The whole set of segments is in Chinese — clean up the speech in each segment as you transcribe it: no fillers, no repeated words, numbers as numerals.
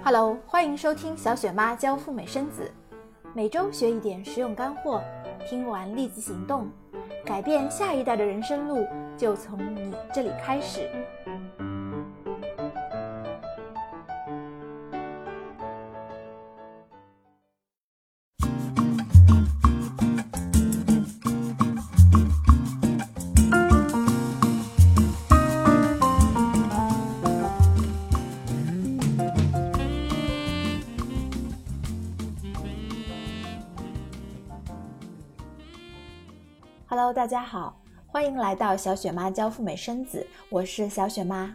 Hello， 欢迎收听小雪妈教赴美生子，每周学一点实用干货，听完立即行动，改变下一代的人生路就从你这里开始。Hello， 大家好，欢迎来到小雪妈教赴美生子，我是小雪妈。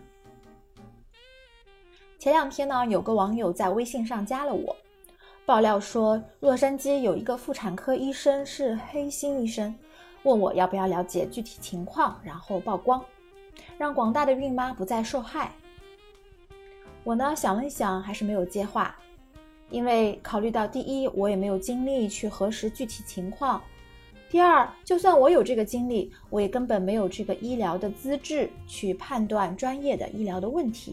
前两天呢，有个网友在微信上加了我，爆料说洛杉矶有一个妇产科医生是黑心医生，问我要不要了解具体情况，然后曝光，让广大的孕妈不再受害。我呢想了一想，还是没有接话，因为考虑到第一，我也没有精力去核实具体情况，第二，就算我有这个精力，我也根本没有这个医疗的资质去判断专业的医疗的问题。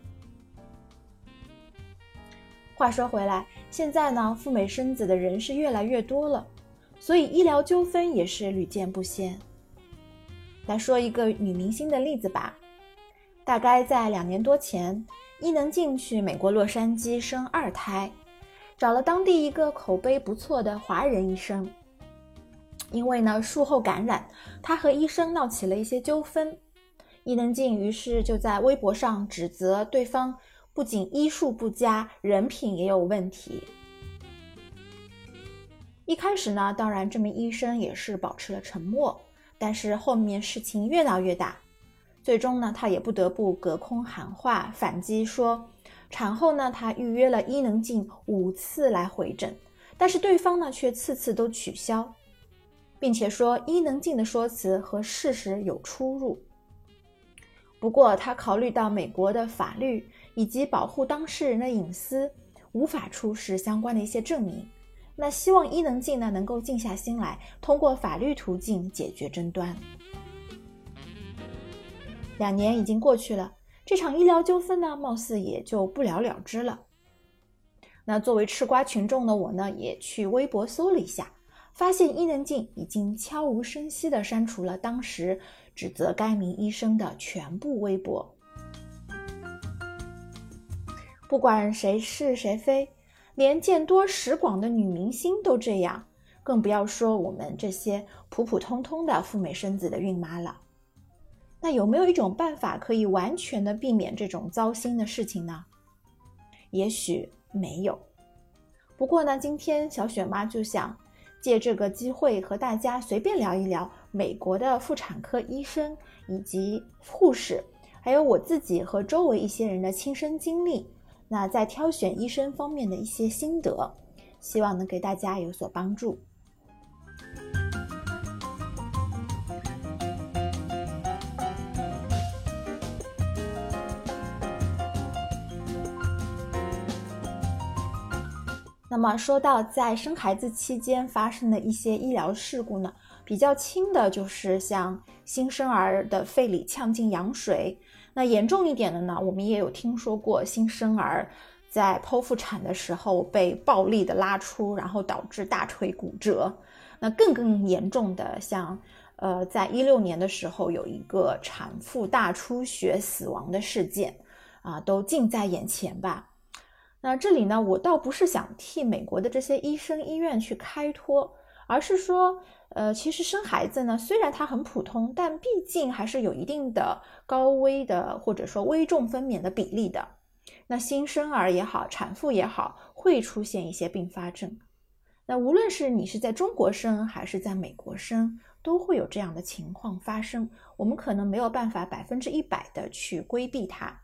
话说回来，现在呢，赴美生子的人是越来越多了，所以医疗纠纷也是屡见不鲜。来说一个女明星的例子吧，大概在2年多前，伊能静去美国洛杉矶生2胎，找了当地一个口碑不错的华人医生。因为呢术后感染，她和医生闹起了一些纠纷，伊能静于是就在微博上指责对方不仅医术不佳，人品也有问题。一开始呢，当然这名医生也是保持了沉默，但是后面事情越闹越大，最终呢他也不得不隔空喊话反击说，产后呢他预约了伊能静5次来回诊，但是对方呢却次次都取消，并且说伊能静的说辞和事实有出入。不过他考虑到美国的法律以及保护当事人的隐私，无法出示相关的一些证明，那希望伊能静呢能够静下心来，通过法律途径解决争端。2年已经过去了，这场医疗纠纷呢貌似也就不了了之了。那作为吃瓜群众的我呢，也去微博搜了一下，发现伊能静已经悄无声息地删除了当时指责该名医生的全部微博。不管谁是谁非，连见多识广的女明星都这样，更不要说我们这些普普通通的赴美生子的孕妈了。那有没有一种办法可以完全的避免这种糟心的事情呢？也许没有。不过呢，今天小雪妈就想借这个机会和大家随便聊一聊美国的妇产科医生以及护士，还有我自己和周围一些人的亲身经历，那在挑选医生方面的一些心得，希望能给大家有所帮助。那么说到在生孩子期间发生的一些医疗事故呢，比较轻的就是像新生儿的肺里呛进羊水，那严重一点的呢，我们也有听说过新生儿在剖腹产的时候被暴力的拉出，然后导致大腿骨折。那更严重的像在16年的时候有一个产妇大出血死亡的事件都近在眼前吧。那这里呢，我倒不是想替美国的这些医生医院去开脱，而是说其实生孩子呢，虽然它很普通，但毕竟还是有一定的高危的或者说危重分娩的比例的。那新生儿也好，产妇也好，会出现一些并发症。那无论是你是在中国生还是在美国生，都会有这样的情况发生，我们可能没有办法100%的去规避它。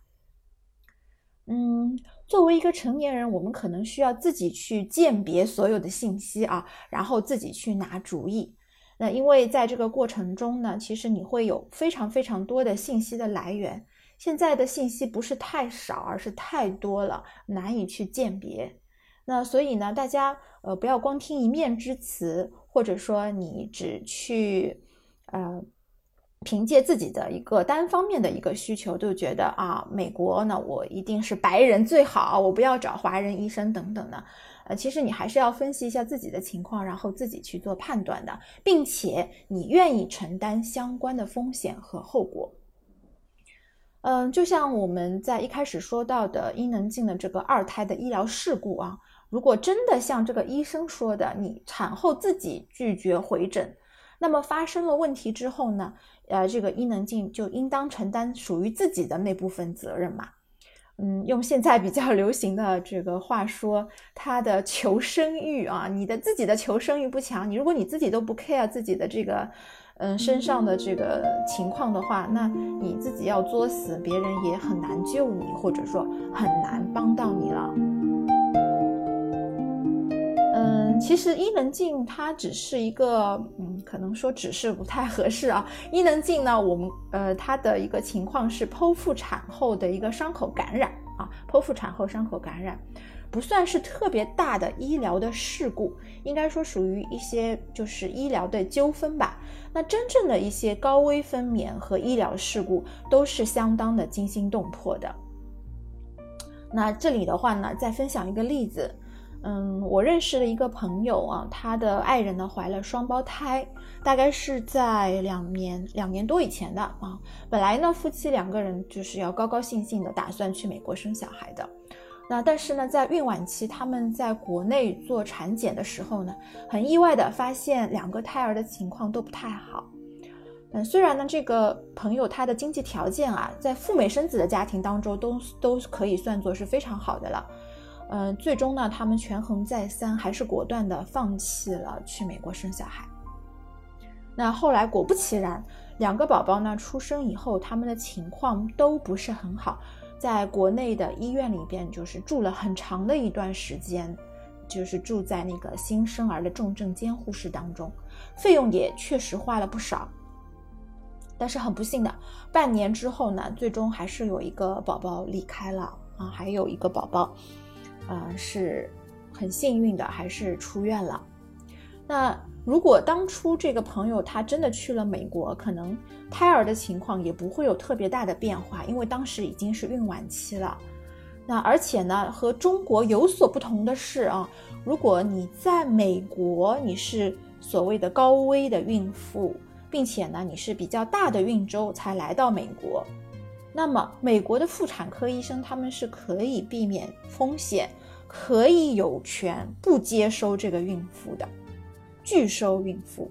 作为一个成年人，我们可能需要自己去鉴别所有的信息然后自己去拿主意。那因为在这个过程中呢，其实你会有非常非常多的信息的来源，现在的信息不是太少，而是太多了，难以去鉴别。那所以呢，大家不要光听一面之词，或者说你只去凭借自己的一个单方面的一个需求，就觉得啊，美国呢，我一定是白人最好，我不要找华人医生等等的。其实你还是要分析一下自己的情况，然后自己去做判断的，并且你愿意承担相关的风险和后果。就像我们在一开始说到的伊能静的这个2胎的医疗事故啊，如果真的像这个医生说的，你产后自己拒绝回诊，那么发生了问题之后呢，这个伊能静就应当承担属于自己的那部分责任嘛。用现在比较流行的这个话说，他的求生欲啊，你的自己的求生欲不强，如果你自己都不 care 自己的这个身上的这个情况的话，那你自己要作死，别人也很难救你，或者说很难帮到你了。其实伊能静她只是一个可能说只是不太合适啊。伊能静呢，她的一个情况是剖腹产后的一个伤口感染啊，剖腹产后伤口感染不算是特别大的医疗的事故，应该说属于一些就是医疗的纠纷吧。那真正的一些高危分娩和医疗事故都是相当的惊心动魄的。那这里的话呢，再分享一个例子。我认识的一个朋友啊，他的爱人呢怀了双胞胎，大概是在两年多以前的啊。本来呢，夫妻2个人就是要高高兴兴的打算去美国生小孩的。那但是呢，在孕晚期，他们在国内做产检的时候呢，很意外的发现2个胎儿的情况都不太好。虽然呢，这个朋友他的经济条件啊，在赴美生子的家庭当中都可以算作是非常好的了。最终呢，他们权衡再三，还是果断的放弃了去美国生小孩。那后来果不其然，2个宝宝呢出生以后，他们的情况都不是很好，在国内的医院里边就是住了很长的一段时间，就是住在那个新生儿的重症监护室当中，费用也确实花了不少。但是很不幸的，半年之后呢，最终还是有一个宝宝离开了啊，还有一个宝宝是很幸运的，还是出院了。那如果当初这个朋友他真的去了美国，可能胎儿的情况也不会有特别大的变化，因为当时已经是孕晚期了。那而且呢，和中国有所不同的是啊，如果你在美国你是所谓的高危的孕妇，并且呢你是比较大的孕周才来到美国，那么美国的妇产科医生他们是可以避免风险，可以有权不接收这个孕妇的，拒收孕妇。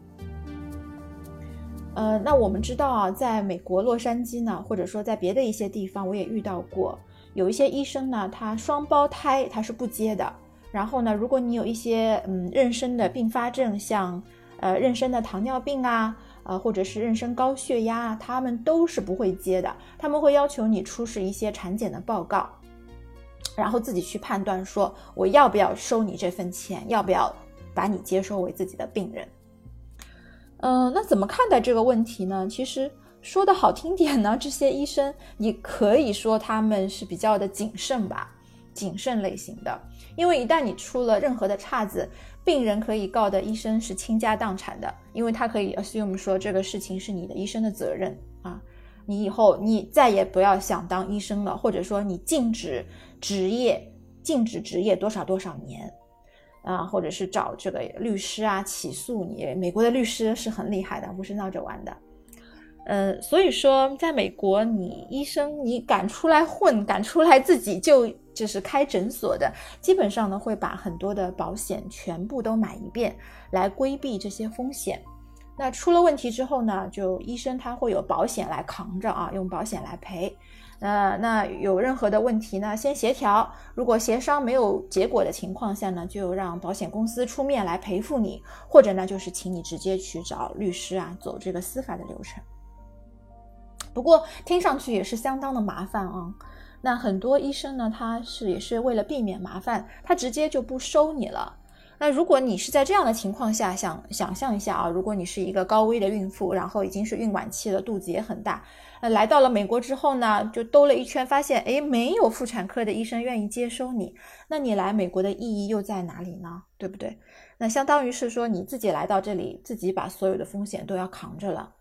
那我们知道啊，在美国洛杉矶呢，或者说在别的一些地方，我也遇到过，有一些医生呢，他双胞胎他是不接的。然后呢，如果你有一些妊娠的并发症，像妊娠的糖尿病啊，或者是妊娠高血压啊，他们都是不会接的。他们会要求你出示一些产检的报告，然后自己去判断说我要不要收你这份钱，要不要把你接收为自己的病人。那怎么看待这个问题呢？其实说的好听点呢，这些医生你可以说他们是比较的谨慎吧，谨慎类型的。因为一旦你出了任何的岔子，病人可以告的医生是倾家荡产的，因为他可以 assume 说这个事情是你的医生的责任啊，你以后你再也不要想当医生了，或者说你禁止执业多少多少年啊，或者是找这个律师啊起诉你。美国的律师是很厉害的，不是闹着玩的。所以说在美国，你医生你敢出来混，敢出来自己就是开诊所的，基本上呢会把很多的保险全部都买一遍，来规避这些风险。那出了问题之后呢，就医生他会有保险来扛着啊，用保险来赔。那有任何的问题呢，先协调，如果协商没有结果的情况下呢，就让保险公司出面来赔付你，或者呢就是请你直接去找律师啊，走这个司法的流程。不过听上去也是相当的麻烦啊。那很多医生呢，他也是为了避免麻烦，他直接就不收你了。那如果你是在这样的情况下，想象一下啊，如果你是一个高危的孕妇，然后已经是孕晚期了，肚子也很大，来到了美国之后呢，就兜了一圈，发现没有妇产科的医生愿意接收你，那你来美国的意义又在哪里呢？对不对？那相当于是说你自己来到这里，自己把所有的风险都要扛着了。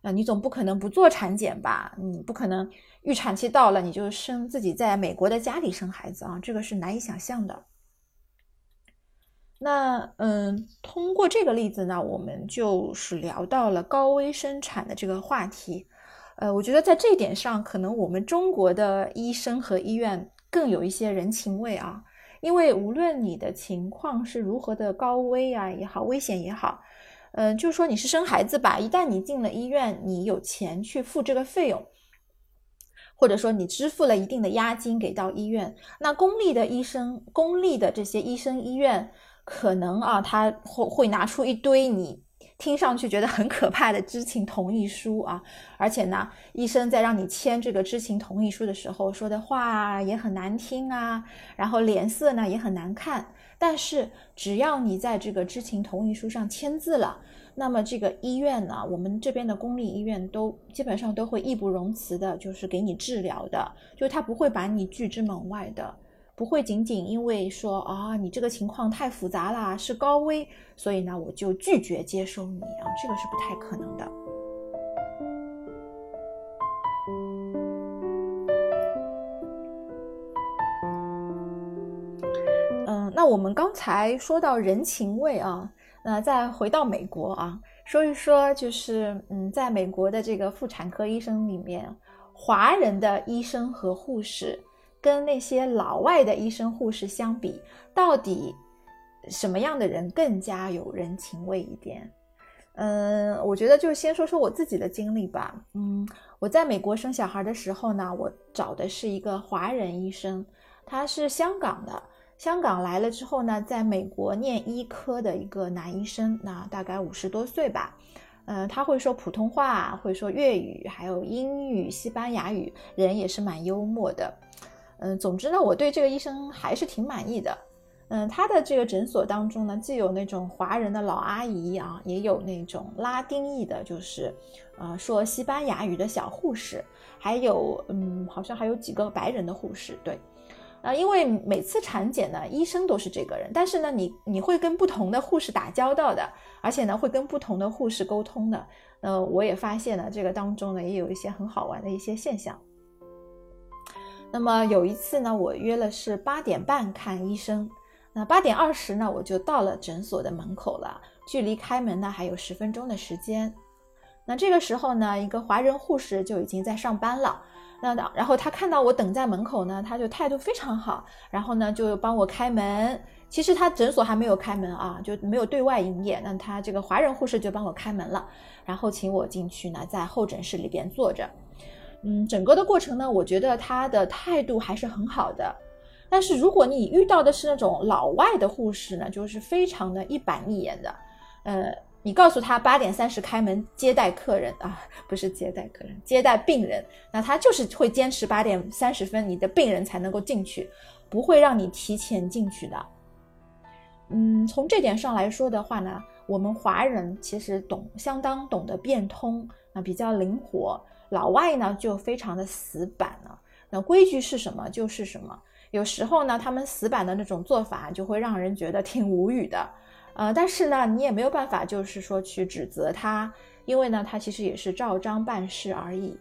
你总不可能不做产检吧？你不可能预产期到了你就自己在美国的家里生孩子啊，这个是难以想象的。那通过这个例子呢，我们就是聊到了高危生产的这个话题。我觉得在这一点上，可能我们中国的医生和医院更有一些人情味啊，因为无论你的情况是如何的高危啊也好，危险也好，就是说你是生孩子吧，一旦你进了医院，你有钱去付这个费用，或者说你支付了一定的押金给到医院，那公立的这些医生医院可能啊，他会拿出一堆你听上去觉得很可怕的知情同意书啊，而且呢，医生在让你签这个知情同意书的时候说的话也很难听啊，然后脸色呢也很难看，但是只要你在这个知情同意书上签字了，那么这个医院呢，我们这边的公立医院都基本上都会义不容辞的，就是给你治疗的，就他不会把你拒之门外的，不会仅仅因为说啊你这个情况太复杂啦，是高危，所以呢我就拒绝接收你啊，这个是不太可能的。那我们刚才说到人情味啊，那再回到美国啊，说一说就是在美国的这个妇产科医生里面，华人的医生和护士跟那些老外的医生护士相比，到底什么样的人更加有人情味一点？我觉得就先说说我自己的经历吧。我在美国生小孩的时候呢，我找的是一个华人医生，他是香港的。香港来了之后呢，在美国念医科的一个男医生，那大概50多岁吧。他会说普通话，会说粤语，还有英语、西班牙语，人也是蛮幽默的。总之呢，我对这个医生还是挺满意的。他的这个诊所当中呢，既有那种华人的老阿姨啊，也有那种拉丁裔的，就是说西班牙语的小护士，还有好像还有几个白人的护士，对。因为每次产检呢，医生都是这个人，但是呢，你会跟不同的护士打交道的，而且呢，会跟不同的护士沟通的。我也发现了这个当中呢，也有一些很好玩的一些现象。那么有一次呢，我约了是8点半看医生，那8点20呢，我就到了诊所的门口了，距离开门呢还有10分钟的时间。那这个时候呢，一个华人护士就已经在上班了。然后他看到我等在门口呢，他就态度非常好，然后呢就帮我开门。其实他诊所还没有开门啊，就没有对外营业。那他这个华人护士就帮我开门了，然后请我进去呢，在候诊室里边坐着。整个的过程呢，我觉得他的态度还是很好的。但是如果你遇到的是那种老外的护士呢，就是非常的一板一眼的，你告诉他8点30开门接待客人啊，不是接待客人，接待病人，那他就是会坚持8点30分你的病人才能够进去，不会让你提前进去的。从这点上来说的话呢，我们华人其实相当懂得变通，比较灵活，老外呢就非常的死板了，那规矩是什么就是什么，有时候呢他们死板的那种做法就会让人觉得挺无语的。但是呢，你也没有办法，就是说去指责他，因为呢，他其实也是照章办事而已。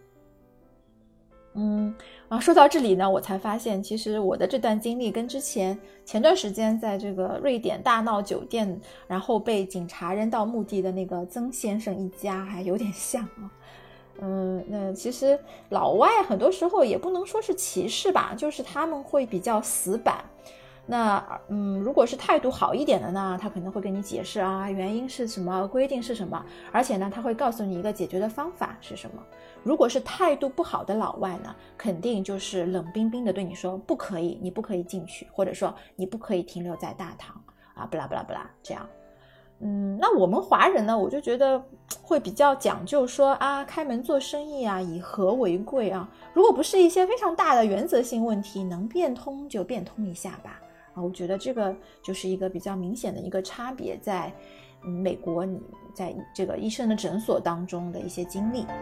说到这里呢，我才发现，其实我的这段经历跟前段时间在这个瑞典大闹酒店，然后被警察扔到墓地的那个曾先生一家还有点像啊。那其实老外很多时候也不能说是歧视吧，就是他们会比较死板。那如果是态度好一点的呢，他可能会跟你解释啊，原因是什么，规定是什么，而且呢，他会告诉你一个解决的方法是什么。如果是态度不好的老外呢，肯定就是冷冰冰的对你说不可以，你不可以进去，或者说你不可以停留在大堂啊，不啦不啦不啦，这样。那我们华人呢，我就觉得会比较讲究说啊，开门做生意啊，以和为贵啊。如果不是一些非常大的原则性问题，能变通就变通一下吧。我觉得这个就是一个比较明显的一个差别，在美国你在这个医生的诊所当中的一些经历。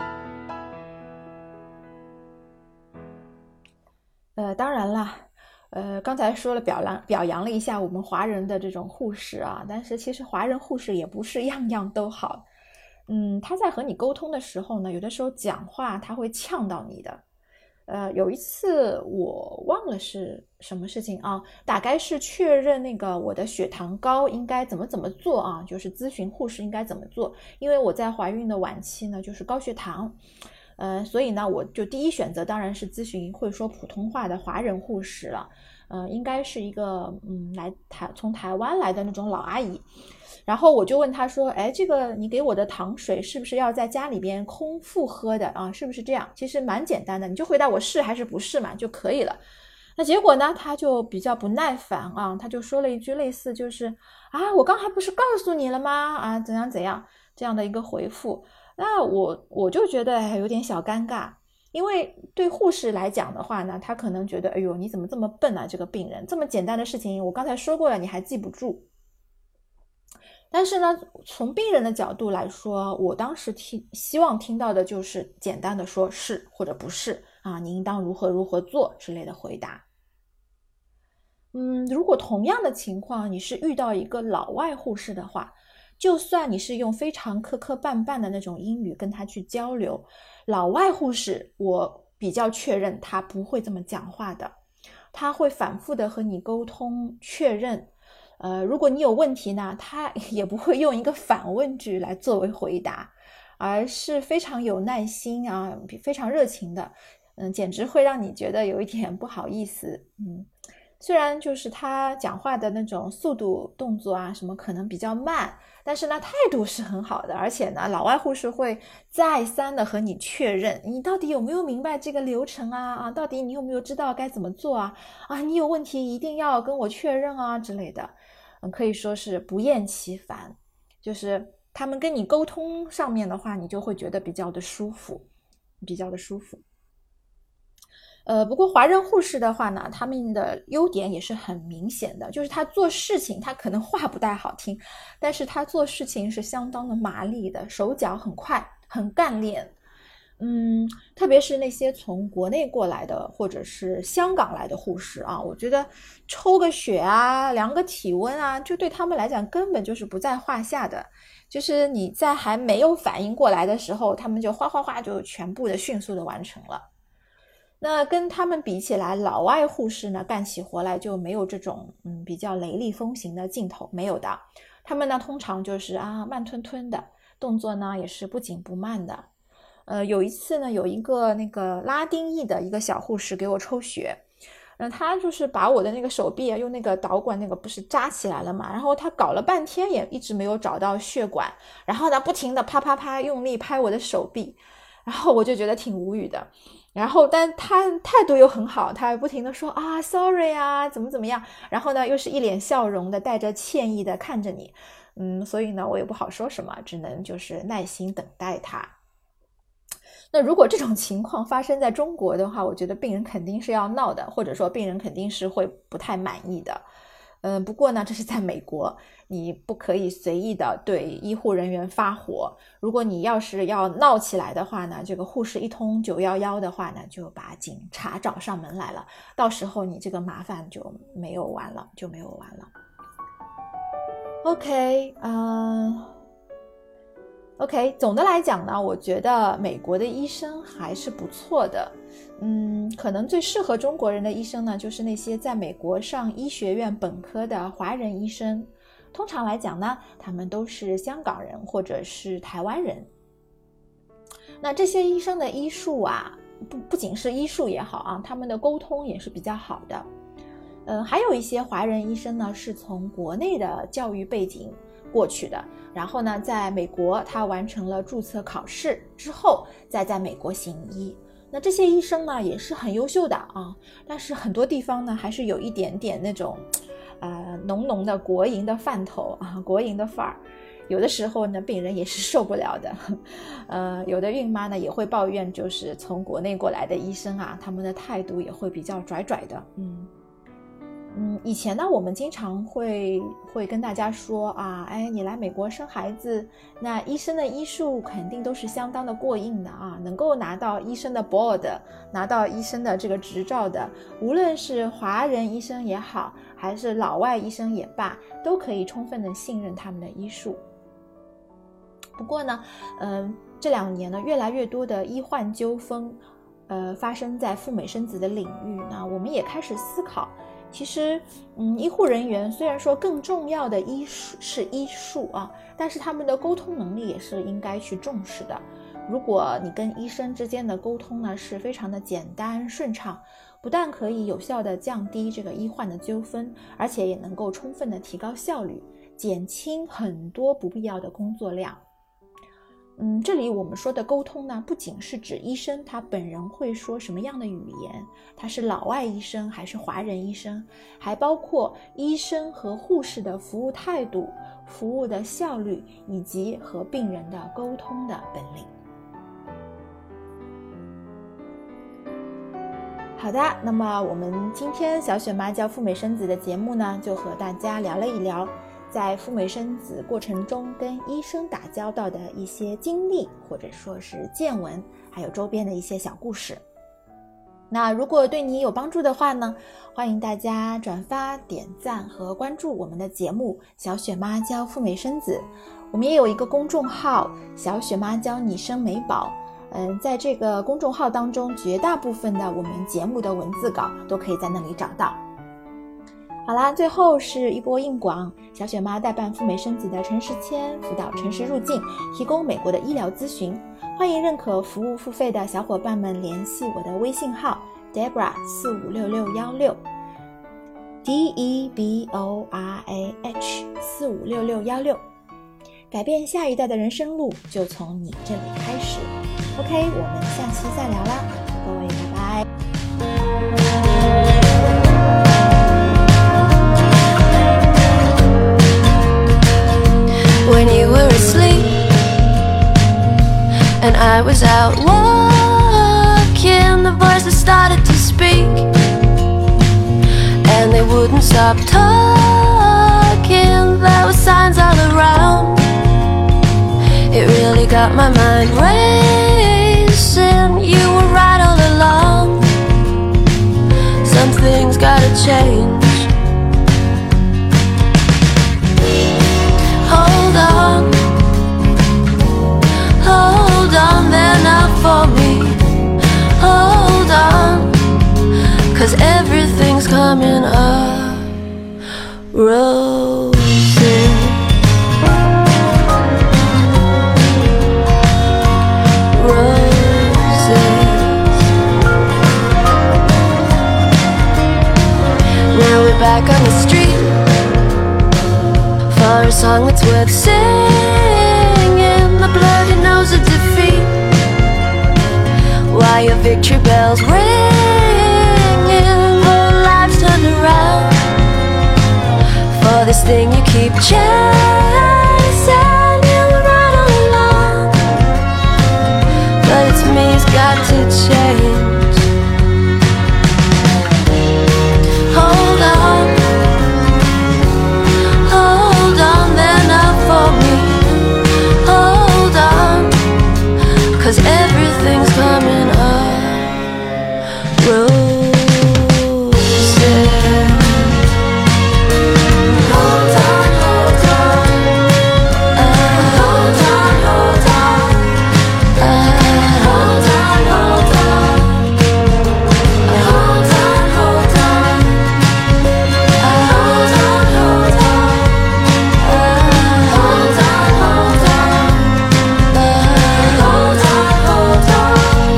当然啦， 刚才说了表扬了一下我们华人的这种护士啊，但是其实华人护士也不是样样都好。他在和你沟通的时候呢，有的时候讲话他会呛到你的。有一次我忘了是什么事情啊，大概是确认那个我的血糖高应该怎么做啊，就是咨询护士应该怎么做，因为我在怀孕的晚期呢就是高血糖。所以呢我就第一选择当然是咨询会说普通话的华人护士了。应该是一个从台湾来的那种老阿姨。然后我就问她说，这个你给我的糖水是不是要在家里边空腹喝的啊？是不是这样？其实蛮简单的，你就回答我是还是不是嘛就可以了。那结果呢，她就比较不耐烦啊，她就说了一句类似就是我刚才不是告诉你了吗？怎样怎样这样的一个回复。那我就觉得有点小尴尬。因为对护士来讲的话呢，他可能觉得哎呦你怎么这么笨啊，这个病人这么简单的事情我刚才说过了你还记不住。但是呢从病人的角度来说，我当时希望听到的就是简单的说是或者不是啊，你应当如何做之类的回答。如果同样的情况你是遇到一个老外护士的话，就算你是用非常磕磕绊绊的那种英语跟他去交流，老外护士我比较确认他不会这么讲话的，他会反复的和你沟通确认。如果你有问题呢，他也不会用一个反问句来作为回答，而是非常有耐心啊，非常热情的，简直会让你觉得有一点不好意思。虽然就是他讲话的那种速度动作啊什么可能比较慢，但是呢态度是很好的，而且呢老外护士会再三的和你确认你到底有没有明白这个流程啊，到底你有没有知道该怎么做啊，你有问题一定要跟我确认啊之类的。可以说是不厌其烦，就是他们跟你沟通上面的话你就会觉得比较的舒服。不过华人护士的话呢，他们的优点也是很明显的，就是他做事情他可能话不太好听，但是他做事情是相当的麻利的，手脚很快，很干练。特别是那些从国内过来的或者是香港来的护士啊，我觉得抽个血啊，量个体温啊，就对他们来讲根本就是不在话下的，就是你在还没有反应过来的时候，他们就哗哗哗就全部的迅速的完成了。那跟他们比起来，老外护士呢干起活来就没有这种比较雷厉风行的劲头，没有的。他们呢通常就是慢吞吞的，动作呢也是不紧不慢的。有一次呢，有一个那个拉丁裔的一个小护士给我抽血，他就是把我的那个手臂用那个导管那个不是扎起来了嘛，然后他搞了半天也一直没有找到血管，然后呢不停的啪啪啪用力拍我的手臂，然后我就觉得挺无语的。然后但他态度又很好，他不停的说sorry啊怎么样，然后呢又是一脸笑容的带着歉意的看着你。所以呢我也不好说什么，只能就是耐心等待他。那如果这种情况发生在中国的话，我觉得病人肯定是要闹的，或者说病人肯定是会不太满意的。不过呢这是在美国，你不可以随意的对医护人员发火，如果你要是要闹起来的话呢，这个护士一通911的话呢，就把警察找上门来了，到时候你这个麻烦就没有完了。OK， 总的来讲呢，我觉得美国的医生还是不错的。可能最适合中国人的医生呢，就是那些在美国上医学院本科的华人医生。通常来讲呢，他们都是香港人或者是台湾人。那这些医生的医术啊，不仅是医术也好啊，他们的沟通也是比较好的。还有一些华人医生呢，是从国内的教育背景过去的，然后呢在美国他完成了注册考试之后再在美国行医。那这些医生呢也是很优秀的啊，但是很多地方呢还是有一点点那种浓浓的国营的饭头啊，国营的范儿。有的时候呢病人也是受不了的。有的孕妈呢也会抱怨，就是从国内过来的医生啊，他们的态度也会比较拽拽的。 以前呢，我们经常会跟大家说啊，你来美国生孩子，那医生的医术肯定都是相当的过硬的啊，能够拿到医生的 board， 拿到医生的这个执照的，无论是华人医生也好，还是老外医生也罢，都可以充分的信任他们的医术。不过呢，这2年呢，越来越多的医患纠纷，发生在赴美生子的领域，那我们也开始思考。其实，医护人员虽然说更重要的是医术啊，但是他们的沟通能力也是应该去重视的。如果你跟医生之间的沟通呢是非常的简单顺畅，不但可以有效的降低这个医患的纠纷，而且也能够充分的提高效率，减轻很多不必要的工作量。这里我们说的沟通呢，不仅是指医生他本人会说什么样的语言，他是老外医生还是华人医生，还包括医生和护士的服务态度、服务的效率，以及和病人的沟通的本领。好的，那么我们今天小雪妈教赴美生子的节目呢，就和大家聊了一聊在赴美生子过程中跟医生打交道的一些经历，或者说是见闻，还有周边的一些小故事。那如果对你有帮助的话呢，欢迎大家转发、点赞和关注我们的节目小雪妈教赴美生子。我们也有一个公众号小雪妈教你生美宝，在这个公众号当中，绝大部分的我们节目的文字稿都可以在那里找到。好啦，最后是一波硬广，小雪妈代办赴美生子的诚实签，辅导诚实入境，提供美国的医疗咨询。欢迎认可服务付费的小伙伴们联系我的微信号 Deborah4566616 DEBORAH4566616，改变下一代的人生路就从你这里开始。OK， 我们下期再聊啦，各位拜拜。 When you were asleep and I was out walking, the voices started to speak and they wouldn't stop talking. There were signs all around. It really got my mind racing. You were right all along. Some things gotta change. Hold on there now for me. Hold on, 'cause everything's coming up roses. Now we're back on the street for a song that's worth singing. The bloody nose of defeat, while your victory bells ringing. The lives turned around for this thing you keep chasing. You were right all along, but it's me's got to change. Hold on there now for me. Hold on, 'cause everything's coming up roses. Hold on, hold on. Hold on, hold on. Hold on, hold on. Hold on, hold on. Hold on, hold on. Hold on, hold on. Hold on, hold on.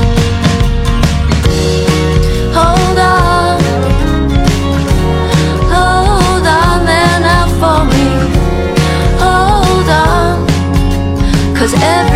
Hold on. Hold on there now for me. Hold on, 'cause every